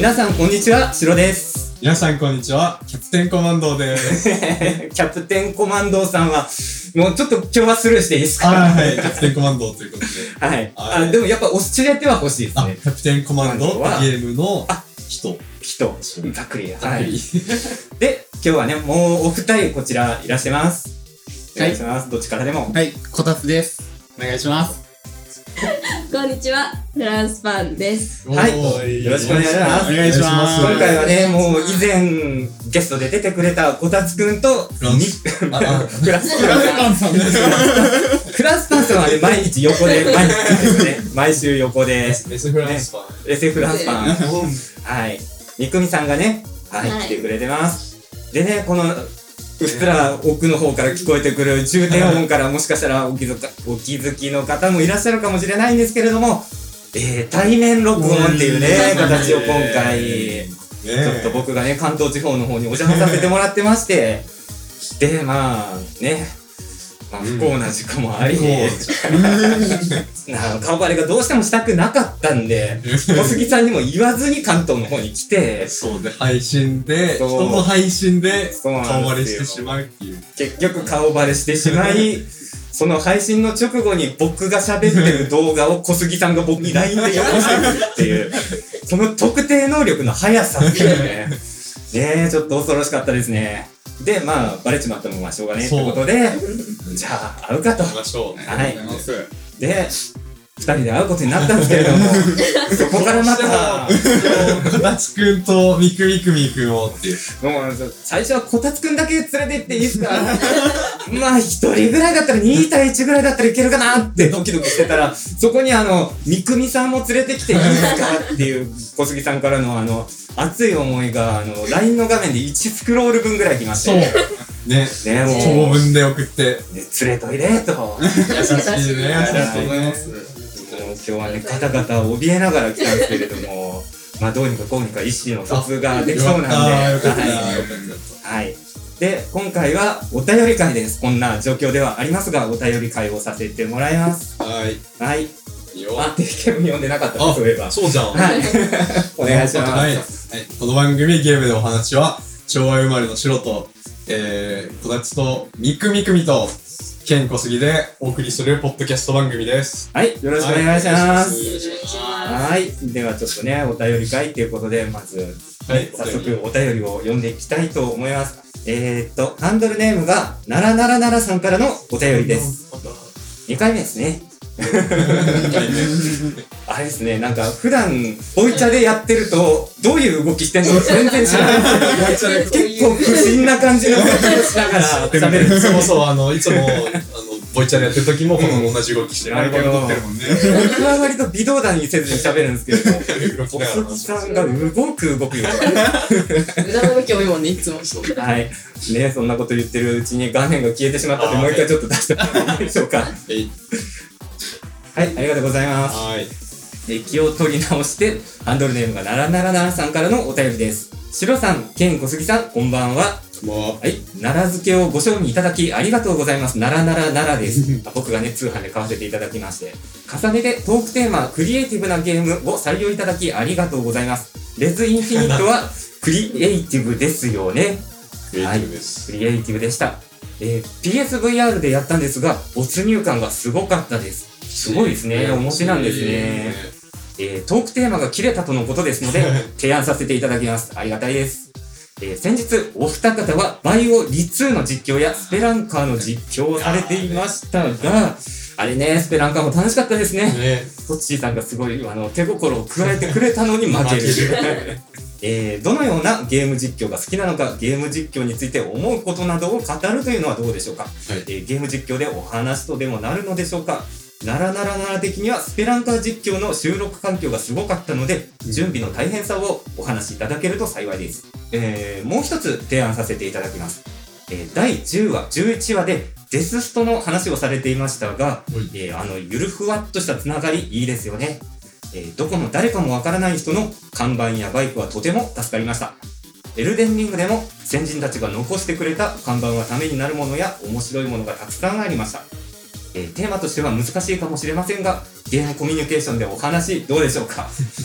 皆さんこんにちは、シロです。 皆さんこんにちは、キャプテンコマンドーです。 キャプテンコマンドーさんは、もうちょっと今日はスルーしていいですか？ はい、キャプテンコマンドーということで。 はい。でもやっぱ教えては欲しいですね。 キャプテンコマンドーってゲームの人。 ざっくり。はい。で、今日はね、もうお二人こちらいらっしゃいます。お願いします。どっちからでも。 はい、こたつです。お願いします。 こんにちは、フランスパンです。 はい。よろしくお願いします。 お願いします。 今回はね、もう以前ゲストで出てくれたこたつくんとクラスパンさんです。クラスパンさんはね、毎日横で、毎週横で。 エセフランスパン。 エセフランスパン。はい。みくみさんがね、はい、来てくれてます。でね、この、うっすら奥の方から聞こえてくる重低音からもしかしたらお気づきの方もいらっしゃるかもしれないんですけれども、対面録音っていうね、形を今回、ちょっと僕がね、関東地方の方にお邪魔させてもらってまして、で、まあね、不幸な事故もあり、顔バレがどうしてもしたくなかったんで、小杉さんにも言わずに関東の方に来て、 そうで、配信で、人の配信で顔バレしてしまうっていう。 結局顔バレしてしまい、その配信の直後に僕が喋ってる動画を小杉さんが僕に LINE でよこしてくるっていう、その特定能力の速さっていうね、ちょっと恐ろしかったですね。で、まあ、バレちまったのもしょうがねえってことで、じゃあ、会うかと。 会いましょう。 はい。で、二人で会うことになったんですけれども、そこからまた、 こたつくんとみくみくみくんをっていう。 もう、最初はこたつくんだけ連れて行っていいですか？まあ、一人ぐらいだったら、2対1ぐらいだったらいけるかなってドキドキしてたら、そこにみくみさんも連れてきていいですかっていう小杉さんからの熱い思いが、LINE の画面で1スクロール分ぐらい来ましたね。ね、もう。長文で送って。 連れといでと。 優しいね。 ありがとうございます。今日はね、方々怯えながら来たんですけれども、まあどうにかこうにか意思の疎通ができそうなんで、はい。で、今回はお便り会です。こんな状況ではありますが、お便り会をさせてもらいます。 はい。 はい。テレビ読んでなかったね、そういえば。 そうじゃん。 はい。お願いします。 はい。この番組ゲームでお話は、昭和生まれの白と、こたつとみくみくみと、ケン小杉でお送りするポッドキャスト番組です。 はい、よろしくお願いします。 はい。ではちょっとね、お便り会ということで、まず、早速お便りを読んでいきたいと思います。ハンドルネームが、ならならならさんからのお便りです。2回目ですね。あれですね、なんか普段ボイチャでやってるとどういう動きしてんのか全然知らないんですけど、結構不審な感じの動きをしながら喋る。 そう、いつもボイチャでやってる時もこの同じ動きしてる。 僕は割と微動だにせずに喋るんですけど、小杉さんが動くよ。 裏の向き多いもんね、いつも。 はい。ね、そんなこと言ってるうちに画面が消えてしまったので、もう一回ちょっと出してもらっていいでしょうか。はい、ありがとうございます。 はい。 気を取り直して、ハンドルネームがならならならさんからのお便りです。シロさん、ケン小杉さん、こんばんは。はい、奈良漬けをご賞味いただきありがとうございます。ならならならです。僕がね、通販で買わせていただきまして、重ねてトークテーマ、クリエイティブなゲームを採用いただきありがとうございます。レズインフィニットはクリエイティブですよね。 はい、クリエイティブでした。PSVR でやったんですが、没入感がすごかったです。すごいですね。面白いなんですね。トークテーマが切れたとのことですので、提案させていただきます。ありがたいです。先日、お二方はバイオリ2の実況やスペランカーの実況をされていましたが、あれね、スペランカーも楽しかったですね。トッチーさんがすごい手心を加えてくれたのに負ける。どのようなゲーム実況が好きなのか、ゲーム実況について思うことなどを語るというのはどうでしょうか。ゲーム実況でお話とでもなるのでしょうか。ならならなら的にはスペランカー実況の収録環境がすごかったので、準備の大変さをお話しいただけると幸いです。もう一つ提案させていただきます。第10話、11話でデスストの話をされていましたが、ゆるふわっとしたつながりいいですよね。どこの誰かもわからない人の看板やバイクはとても助かりました。エルデンリングでも先人たちが残してくれた看板はためになるものや面白いものがたくさんありました。テーマとしては難しいかもしれませんが、ゲームコミュニケーションでお話どうでしょうか。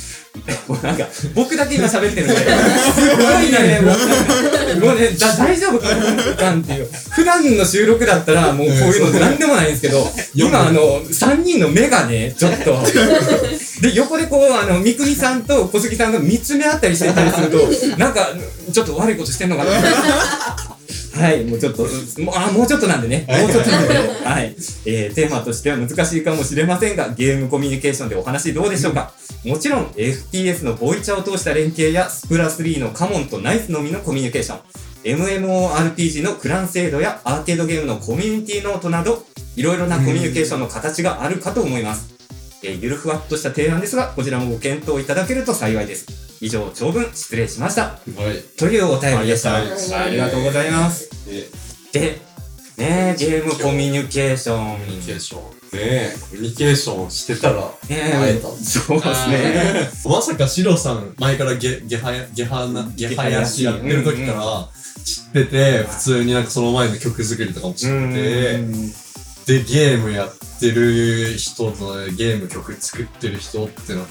もうなんか、僕だけ今喋ってるんで、すごいね、もうね、大丈夫かなっていう。普段の収録だったら、もうこういうのなんでもないんですけど、今3人の目がね、ちょっと、で、横でこう、三國さんと小杉さんが見つめ合ったりしてたりすると、なんか、ちょっと悪いことしてんのかなはい、もうちょっと、もうちょっとなんでね。もうちょっとなんで、はい。テーマとしては難しいかもしれませんが、ゲームコミュニケーションでお話どうでしょうか。もちろん、FPS のボイチャを通した連携や、スプラ3のカモンとナイスのみのコミュニケーション、MMORPG のクラン制度やアーケードゲームのコミュニティノートなど、いろいろなコミュニケーションの形があるかと思います。ゆるふわっとした提案ですが、こちらもご検討いただけると幸いです。以上、長文失礼しました。 はい。 というお便りでした。 ありがとうございますありがとうございます。で、ねゲームコミュニケーション。 コミュニケーション。ねコミュニケーションしてたら、会えた。 そうですね。 まさかシロさん、前からゲハヤシやってる時から知ってて、普通になんかその前の曲作りとかも知ってて、で、ゲームやってる人とゲーム曲作ってる人ってなって、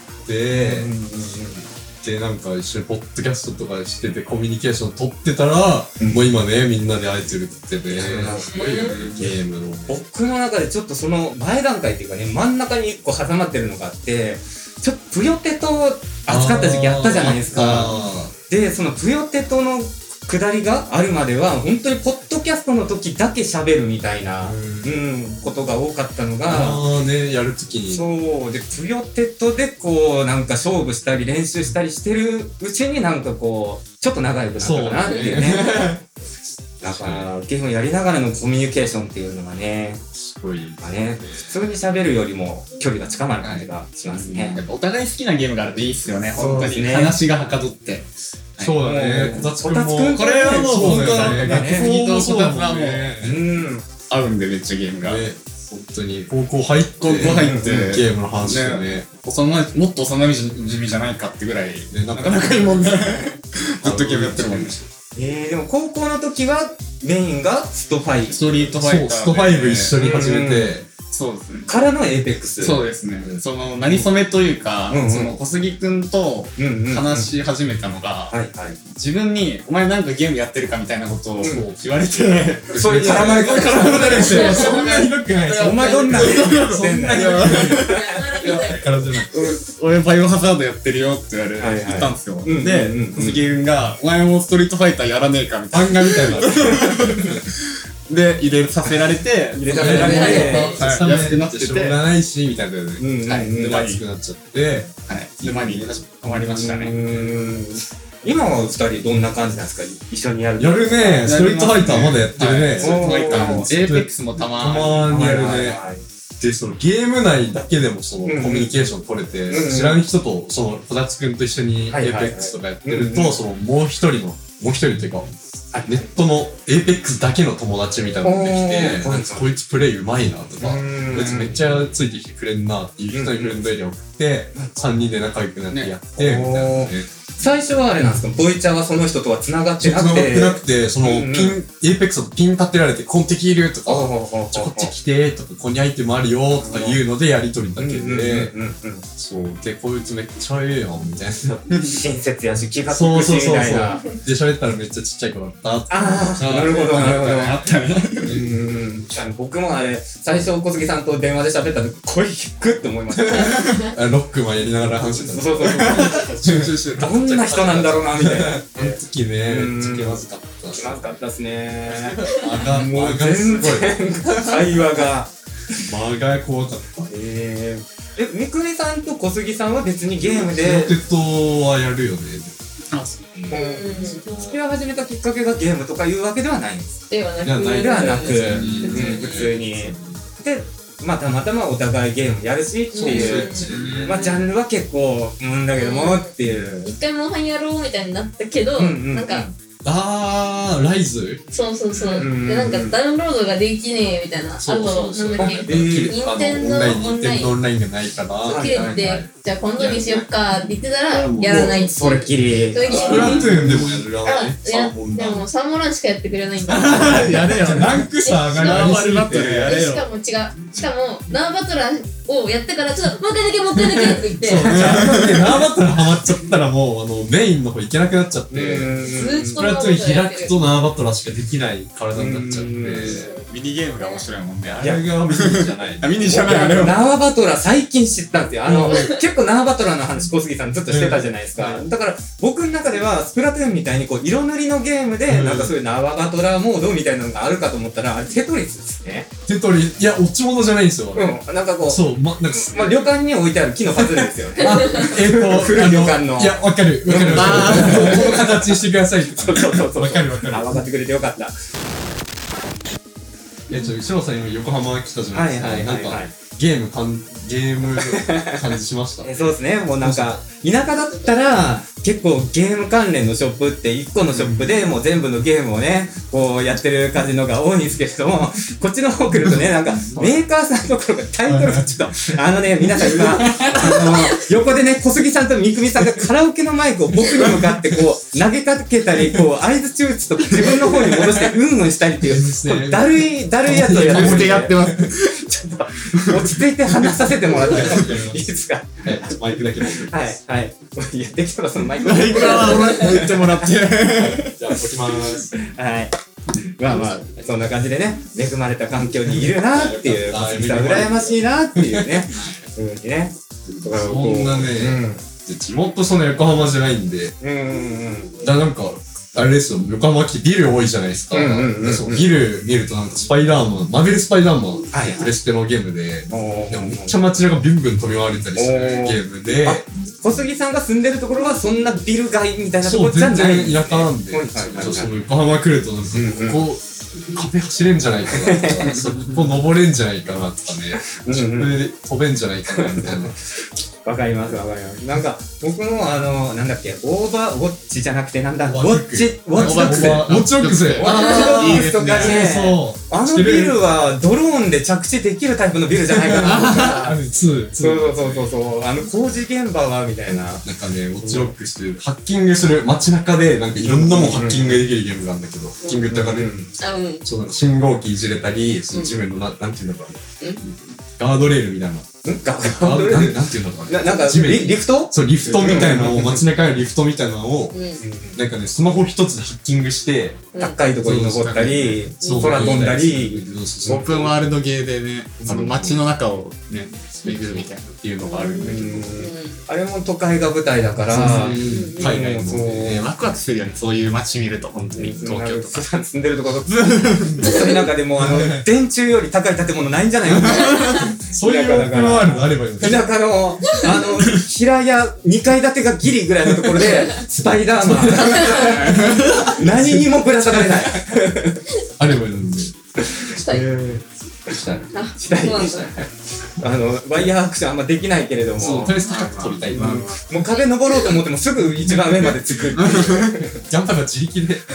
で、なんか一緒にポッドキャストとかしててコミュニケーション取ってたら、もう今ね、みんなで会えてるって言ってね、すごいよね、ゲームの。 僕の中でちょっとその前段階っていうかね、真ん中に一個挟まってるのがあって、ちょっとぷよテト扱った時期あったじゃないですか。で、そのぷよテトの下りがあるまでは、本当にポッドキャストの時だけ喋るみたいな、ことが多かったのが、 やる時に。 そう。で、ぷよテトでこう、なんか勝負したり練習したりしてるうちになんかこう、ちょっと仲良くなったかなっていうね。だから、ゲームやりながらのコミュニケーションっていうのがね、 すごい。 普通に喋るよりも距離が近まる感じがしますね。 やっぱお互い好きなゲームがあるといいっすよね。本当にそうですね話がはかどって。 そうだね。こたつくんも。 これはもう本当に学校とそうだもんね。 合うんでめっちゃゲームが。 本当に高校入ってゲームの話だね。 もっと幼馴染じゃないかってぐらい、なかなかいいもんね。ずっとゲームやってるもんね。 でも高校の時はメインがスト5。 ストリートファイター。 スト5一緒に始めて。 そうですね。 からのエイペックス。 そうですね。その、なりそめというか、その、小杉くんと話し始めたのが、自分に、お前なんかゲームやってるかみたいなことを言われて、 そういう絡まれ方してそんなひどくない。 お前どんなゲームやってんだよ。 からじゃない。 俺バイオハザードやってるよって言ったんですよ。で、小杉くんが、お前もストリートファイターやらねえかみたいな。 漫画みたいな。 で、入れさせられて、安くなってて、 しょうがないし、みたいなね。 はい。 で、安くなっちゃって、 沼にハマりましたね。 今は二人どんな感じなんですか？一緒にやる？ やるね。ストリートファイターまだやってるね。 ストリートファイターも、エーペックスもたまにやるね。で、そのゲーム内だけでもそのコミュニケーション取れて、知らん人と、そのこたつくんと一緒にエーペックスとかやってると、そのもう一人っていうか、ネットのエーペックスだけの友達みたいなのができて、こいつプレイうまいなとか、こいつめっちゃついてきてくれんなっていう人にフレンドエリア送って、3人で仲良くなってやって、みたいなね。 最初はあれなんですか？ボイチャはその人とは繋がってなくて。 繋がってなくて、そのピン、エーペックスのピン立てられて、コンテキいるとか、こっち来てとか、ここにアイテムあるよとかいうのでやりとりだけで、そう。で、こいつめっちゃええやん、みたいな。 親切やし、気が利くし、みたいな。 で、喋ったらめっちゃちっちゃい子だった。 ああ、なるほど、なるほど。 あったね。 僕もあれ、最初小杉さんと電話で喋った時、声低くって思いました。 ロックマンやりながら話してた。 そう。どんな人なんだろうな、みたいな。 あの時ね、めっちゃ気まずかった。 気まずかったっすね。 もう全然、会話が。 間が怖かった。 みくりさんと小杉さんは別にゲームで。 ロケットはやるよね。 付き合い始めたきっかけがゲームとかいうわけではないんですか？ ではなく、 普通に。で、たまたまお互いゲームやるしっていう、ジャンルは結構、だけどもっていう。 一回モンハンやろうみたいになったけど、なんか、 ライズ？ そう。で、なんかダウンロードができねえみたいな。あと、なんだっけ、任天堂オンラインがないから。 切れて、じゃあ今度にしよっかって言ってたら、やらないって。 それっきり。 スプラトゥーンでもやるらね。 でもサンモランしかやってくれないんだ。 やれよ。ランク差上がりすぎて。 しかも縄バトラーをやってから、ちょっともう一回だけって言って。 そう、縄バトルハマっちゃったらもう、メインの方行けなくなっちゃって、スプラトゥーン開くと縄バトラーしかできない体になっちゃって、 ミニゲームが面白いもんね。 あれがミニじゃない。 ミニじゃない、あれは。 縄バトラー最近知ったんですよ。結構縄バトラーの話、小杉さんずっとしてたじゃないですか。だから、僕の中では、スプラトゥーンみたいに色塗りのゲームで、なんかそういう縄バトラーモードみたいなのがあるかと思ったら、あれテトリスですね。 テトリス、いや、落ち物じゃないんですよ。 なんかこう、 そう、 まあ、旅館に置いてある木のパズルですよね。古い旅館の。 いや、わかる。この形にしてくださいって。 そう。 わかる。 分かってくれてよかった。 シロさん今横浜来たじゃないですか。なんか、ゲーム感じしました。 そうですね。もうなんか、田舎だったら、結構ゲーム関連のショップって1個のショップでもう全部のゲームをね、こうやってる感じのが多いんですけれども、こっちの方来るとね、なんかメーカーさんのところがタイトルがちょっと、皆さん今、横でね、小杉さんと三組さんがカラオケのマイクを僕に向かってこう、投げかけたり、こう、合図中打つと自分の方に戻してうんしたりっていう、だるいやつをやってます。ちょっと、落ち着いて話させてもらっていいですか？ マイクだけ持って。 はい。いや、できればそのマイクは置いてもらって。 じゃあ、置きます。 はい。まあ、そんな感じでね、恵まれた環境にいるなっていう、小杉さん羨ましいなっていうね、ふうにね。 そんなね、地元その横浜じゃないんで、なんか、あれですよ、横浜来てビル多いじゃないですか。ビル見るとなんかスパイダーマン、マーベルスパイダーマン、プレステのゲームで、めっちゃ街中ビンビン飛び回れたりするゲームで、 小杉さんが住んでるところはそんなビル街みたいなところじゃない。 そう、全然田舎なんで、その横浜来るとなんか、ここ、壁走れんじゃないかなとか、そこ登れんじゃないかなとかね、自分で飛べんじゃないかなみたいな。 わかります。なんか、僕もなんだっけ、オーバーウォッチじゃなくてなんだ、ウォッチドックス。 ウォッチドックスとかね、あのビルはドローンで着地できるタイプのビルじゃないかな。そう。工事現場は、みたいな。 なんかね、ウォッチドックスハッキングする、街中でなんかいろんなもんハッキングできるゲームがあるんだけど、ハッキングってかね、そうなんか信号機いじれたり、その地面のなんていうんだろう。ガードレールみたいな。なんていうんだろう。 なんか、リフト？ そう、リフトみたいなのを、街中のリフトみたいなのを、なんかね、スマホ一つでハッキングして、 高いところに登ったり、空飛んだり、 オープンワールドゲーでね、街の中をね、巡るみたいなっていうのがあるんだけど。 あれも都会が舞台だから、 海外もね、ワクワクするよね、そういう街見ると、本当に、東京とか。 住んでるところ、ずっと田舎でも電柱より高い建物ないんじゃないかな。 そういうオープンワールドあればいいんだ。 田舎の、平屋2階建てがギリぐらいのところで、スパイダーマン。何にもぶら下がれない。 あればいいので。 したい。 ワイヤーアクションあんまできないけれども。 そう、とりあえず高く飛びたい。 もう壁登ろうと思ってもすぐ一番上まで着く。 ジャンパーが自力で。い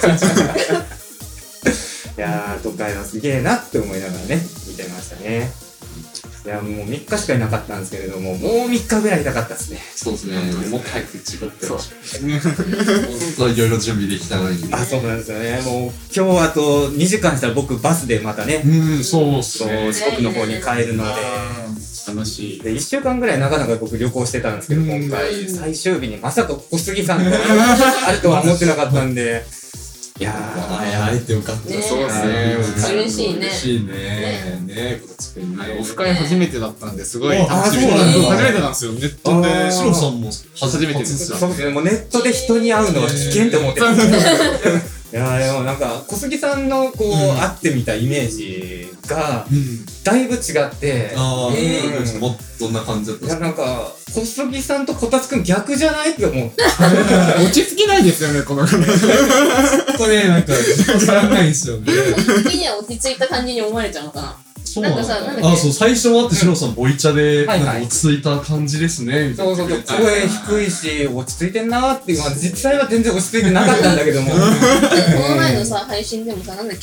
やー、都会はすげえなって思いながらね、見てましたね。いや、もう3日しかいなかったんですけれども、もう3日ぐらいいたかったですね。 そうですね。もっと早く違ってました。いろいろ準備できたのに。 そうなんですよね。もう、今日あと2時間したら僕バスでまたね、 そうっすね。 四国の方に帰るので、 楽しい。 で、1週間ぐらいなかなか僕旅行してたんですけど、今回最終日にまさか小杉さんとあるとは思ってなかったんで、いやー、 会えてよかった。 そうですね。 嬉しいね。 嬉しいね。こたつくんね。 オフ会初めてだったんで、すごい楽しみ。 そうなんです初めてなんですよ。ネットで。 シロさんも初めてですよ。 そうですね。もうネットで人に会うのは危険って思ってます。いやでもなんか小杉さんのこう会ってみたイメージがだいぶ違ってどんな感じだったんですか？ なんか小杉さんとこたつくん逆じゃないって思って落ち着きないですよね、この方。 これなんかさらないんですよね。 時には落ち着いた感じに思われちゃうのかな。なんかさ、なんだっけ。 そう、最初はってシロさんボイチャでなんか落ち着いた感じですねみたいな。 そう声低いし落ち着いてんなーっていうのは実際は全然落ち着いてなかったんだけども。 この前のさ配信でもさ、なんだっけ、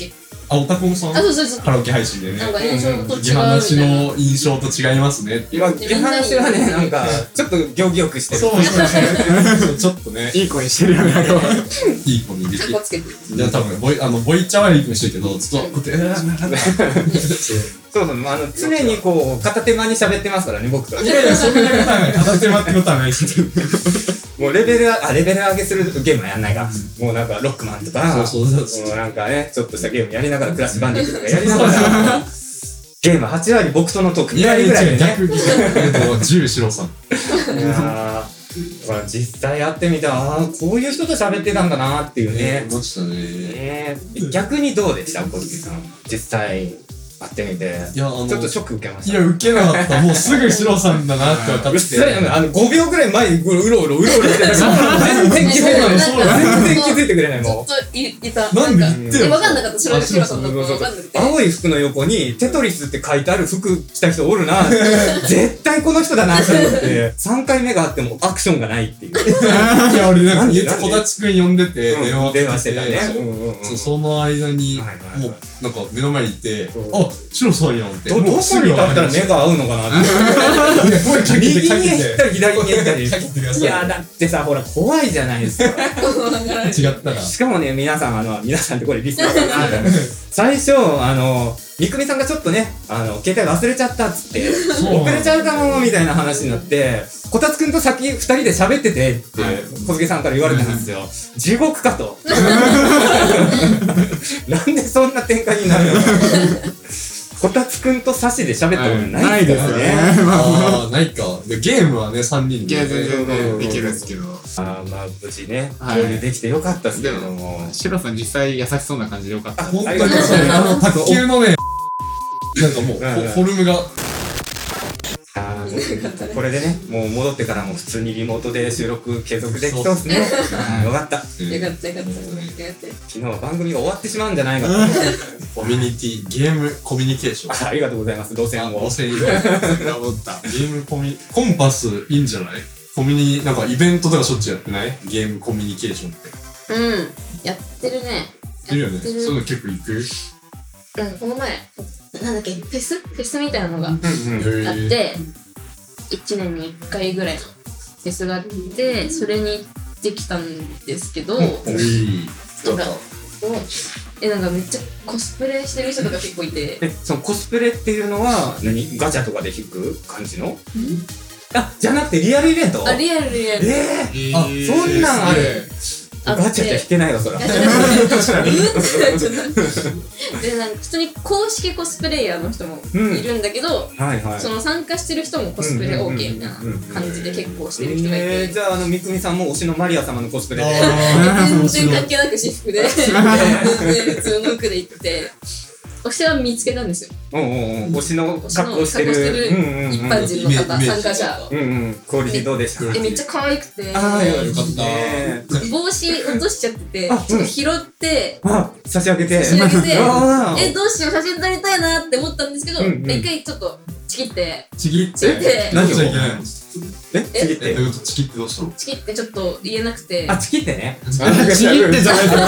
オタコンさんカラオケ配信でね。 なんか印象と違うみたいな。 ゲハなしの印象と違いますね。 今、ゲハなしはね、なんか、ちょっと行儀よくしてる。 そうちょっとね。 いい子にしてるよね。 いい子にできて。 かっこつけてる。 いや、多分、ボイちゃんはいい子にしてるけど、ちょっと、こうやって、 そうそう、常にこう、片手間に喋ってますからね、僕と。 いやいや、そんなことはない。片手間ってことはないですけど。 もうレベル上げするゲームはやんないか。もうなんか、ロックマンとか、 そう。 もうなんかね、ちょっとしたゲームやりながら、クラッシュバンディックとかやりながら、ゲーム8割僕とのトーク2割ぐらいでね。 逆に、10白さん。 いやー、実際やってみて、こういう人と喋ってたんだなっていうね。 ましたね。 逆にどうでした小杉さん。実際会ってみて。ちょっとショック受けました。 いや、受けなかった。もうすぐ白さんだなって分かって。 5秒ぐらい前にうろうろしてたから全然気づいてない。全然気づいてくれないもん。 ずっといた。 なんで言ってよ。 分かんなかった。白さんのこと分かんなくて。 青い服の横にテトリスって書いてある服着た人おるな。絶対この人だなって思って、3回目があってもアクションがないっていう。 いや、俺なんか、小立くん呼んでて、 電話してたね。 その間に、もう、なんか目の前にいて、あ、白さんやんって。 どこに立ったら目が合うのかなって。右に行ったり左に行ったり。いや、だってさ、ほら、怖いじゃないですか。 違ったら。 しかもね、皆さんってこれリスナーかな。最初、みくみさんがちょっとね、携帯忘れちゃったっつって、遅れちゃうかもみたいな話になって、こたつくんと先2人で喋っててって、小杉さんから言われたんですよ。地獄かと。なんでそんな展開になるのか。こたつくんとサシで喋ったことないですね。 ああ、ないか。ゲームはね、3人で。 全然ね、できるんですけど。 無事ね、共有できてよかったっすけども。 シロさん実際優しそうな感じでよかった。 本当にそうね、卓球のね、なんかもう、フォルムが。 これでね、もう戻ってからも普通にリモートで収録継続できそうですね。よかった。 よかった。 昨日は番組が終わってしまうんじゃないかと。 コミュニティ、ゲームコミュニケーション。 ありがとうございます。路線を。 路線を。ゲームコンパスいいんじゃない？なんかイベントとかしょっちゅうやってない？ゲームコミュニケーションって。 うん。やってるね。 やってるよね。そういうの結構行く？ この前、なんだっけ、フェスみたいなのがあって、1年に1回ぐらいのフェスがあって、それに行ってきたんですけど、なんかめっちゃコスプレしてる人とか結構いて。 そのコスプレっていうのはガチャとかで引く感じの？じゃなくてリアルイベント？ リアル。 そんなんある。ガチャじゃ引けないわ、そら。で、なんか普通に公式コスプレイヤーの人もいるんだけど、その参加してる人もコスプレ OK みたいな感じで結構してる人がいて。 じゃあ、みくみさんも推しのマリア様のコスプレで。 全然関係なく私服で、全然普通の服で行って、推しは見つけたんですよ。 推しの格好してる一般人の方、参加者。 クオリティどうでしたか？ めっちゃ可愛くて、 よかった。 帽子落としちゃってて、ちょっと拾って、 差し上げて、 どうしよう、写真撮りたいなって思ったんですけど、一回ちょっとちぎって、 何しちゃいけないの？ ちぎって。 チキってどうしたの？ チキってちょっと言えなくて。 チキってね。 チキってじゃないと。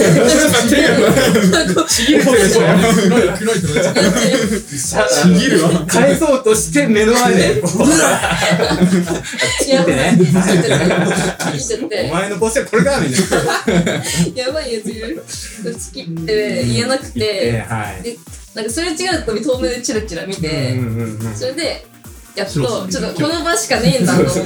ちぎる方でしょ。 黒いとかちぎるわ。返そうとして目の前で。ちぎってね。お前の帽子はこれかみたいな。 やばいやついる。チキって言えなくて。で、なんかそれ違うと遠目でチラチラ見て、それで、やっと、ちょっとこの場しかねえんだと思って、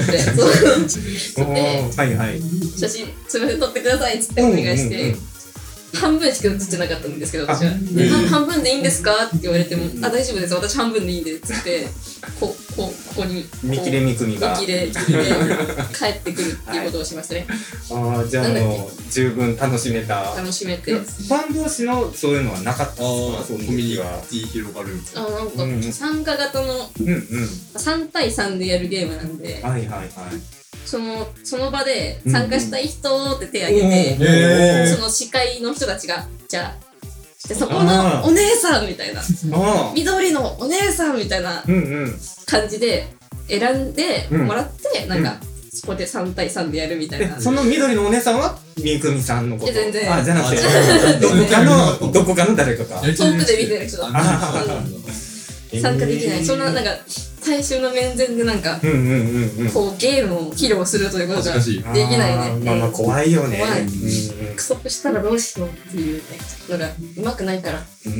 写真、すみません、撮ってくださいっつってお願いして、半分しか写ってなかったんですけど、私は。半分でいいんですかって言われても、大丈夫です、私半分でいいんでっつって、ここに、 見切れみくみが。 帰ってくるっていうことをしましたね。 じゃあもう、十分楽しめた。 楽しめて。 ファン同士のそういうのはなかったんですか？ コミュニティ広がる。 なんか、参加型の、3対3でやるゲームなんで、その場で参加したい人って手を挙げて、その司会の人たちが、じゃあ、そこのお姉さんみたいな、緑のお姉さんみたいな感じで選んでもらって、なんかそこで3対3でやるみたいな。 その緑のお姉さんはみくみさんのこと？ 全然。 じゃなくて、どこかの誰かが。 遠くで見てる人だった。参加できない。そんな、なんか、最終の面前でなんか、こうゲームを披露するということができないね。 まあ怖いよね。 怖い。クソプしたらどうしようっていうのがうまくないから。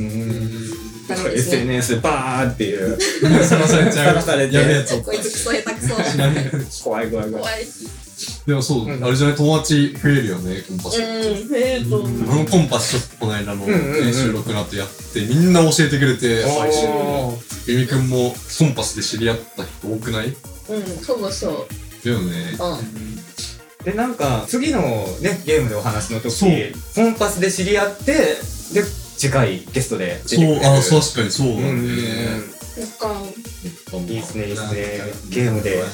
SNS バーっていう。 さらされちゃう。やべえやつを。 こいつクソ下手くそ。 怖い。 でもそう、あれじゃない友達増えるよね、コンパス。 増えると思う。 俺もコンパスちょっとこの間の収録の後やって、みんな教えてくれて、配信で。ゆみくんもコンパスで知り合った人多くない？ そう。だよね。 で、なんか、次のね、ゲームでお話の時、コンパスで知り合って、で、次回ゲストで出てくれる。 確かにそうだね。 いいっすね。ゲームで。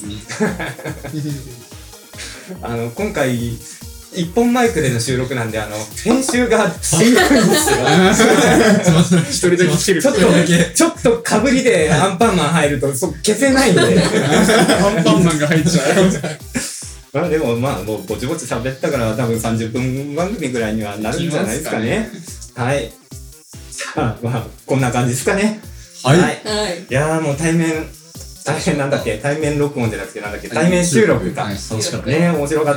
今回、一本マイクでの収録なんで、編集がしにくいんですよ。 一人だけ切る。 ちょっと被りでアンパンマン入ると、消せないんで。 アンパンマンが入っちゃう。 でももうぼちぼち喋ったから多分30分番組ぐらいにはなるんじゃないですかね。はい。さあ、こんな感じですかね。 はい。 いやーもう対面なんだっけ、対面録音じゃなくてなんだっけ、対面収録か。 楽しかったね。面白かった。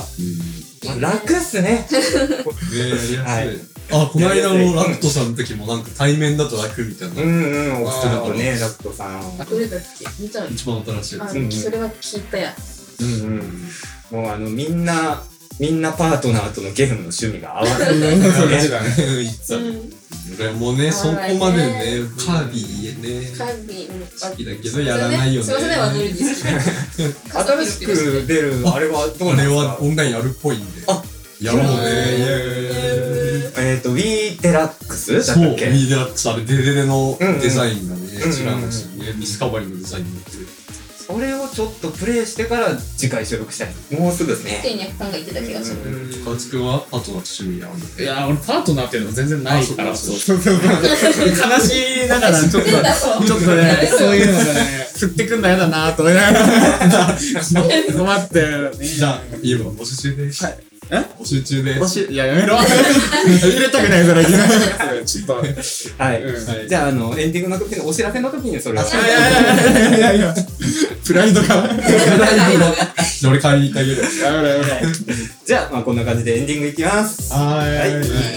楽っすね。 この間のラクトさんの時もなんか対面だと楽みたいな。 おっしゃったね、ラクトさん。 どれだっけ？見たの？ 一番新しいやつ。 それは聞いたや。 もうみんなパートナーとのゲームの趣味が合わない。 俺もね、そこまでね、カービィね。 カービィ好きだけどやらないよね。 すいません、は無理です。 新しく出るあれはどうなんですか？ あれはオンラインやるっぽいんで。やろうね。 Wii デラックスだったっけ？ Wii デラックス、あれデレデレのデザインがね、違うんですよね。ディスカバリーのデザインになってる。 それをちょっとプレイしてから次回収録したい。もうすぐですね。 手にさんが言ってた気がする。 かつくんはパートナーと趣味あるの？ いや、俺パートナーっていうの全然ないから。悲しいながらちょっとね、そういうのがね、振ってくんのやだなと思いながら。困って。 じゃあ、いいわ、募集中です。募集中です。 いや、やめろ。入れたくないから、ちょっと。 はい。じゃあ、エンディングの時のお知らせの時にそれを。 いや。プライドが。 俺借りに行ってあげる。 じゃあ、こんな感じでエンディングいきます。はい。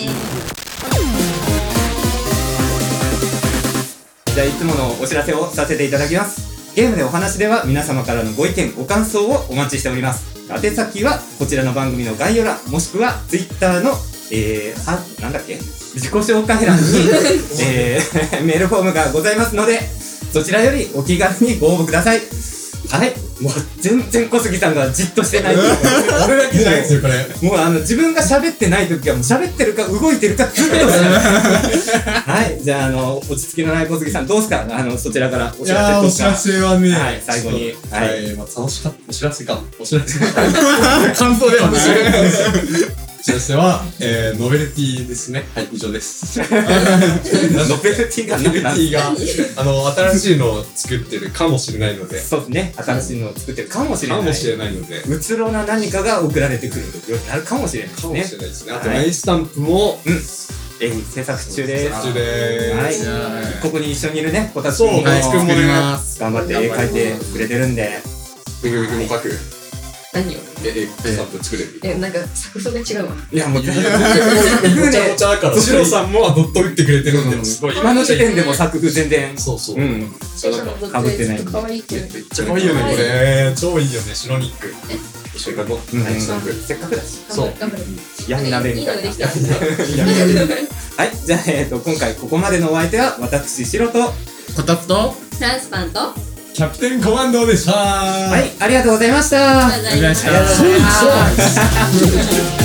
じゃあ、いつものお知らせをさせていただきます。ゲームでお話では皆様からのご意見、ご感想をお待ちしております。宛先はこちらの番組の概要欄、もしくは Twitter の、なんだっけ、自己紹介欄に、メールフォームがございますので、そちらよりお気軽にご応募ください。はい。もう全然小杉さんがじっとしてない。 俺だけじゃないですよ、これ。 もう自分が喋ってない時はもう喋ってるか動いてるかずっとはい。じゃあ落ち着きのない小杉さんどうすか？そちらからお知らせとか。 お知らせはね、 はい、最後に。 はい。楽しかった。お知らせか。 感想ではない。 お知らせは、ノベルティですね。はい、以上です。 ノベルティが新しいのを作ってるかもしれないので。 そうですね。新しいのを作ってるかもしれない。 かもしれないので。 うつろな何かが送られてくるようになるかもしれないですね。 かもしれないですね。あと、メインスタンプも、 制作中です。はい。ここに一緒にいるね、こたつくんも頑張って絵描いてくれてるんで。 めぐみくんも描く。 何を？ スタンプ作れる。 なんか作風が違うわ。 いやもうごちゃごちゃだから。シロさんもドット打ってくれてるんで、すごい。 今の時点でも作風全然。 そうそう。 かぶってない。 可愛いけど。 めっちゃ可愛いよね、これ。超いいよね、白ニック。一緒に描こう。 せっかくだし。 そう。 闇鍋みたいな。はい。じゃあ今回ここまでのお相手は私シロとこたつとトランスパンとキャプテンコマンドでした。 はい、ありがとうございました。 ありがとうございました。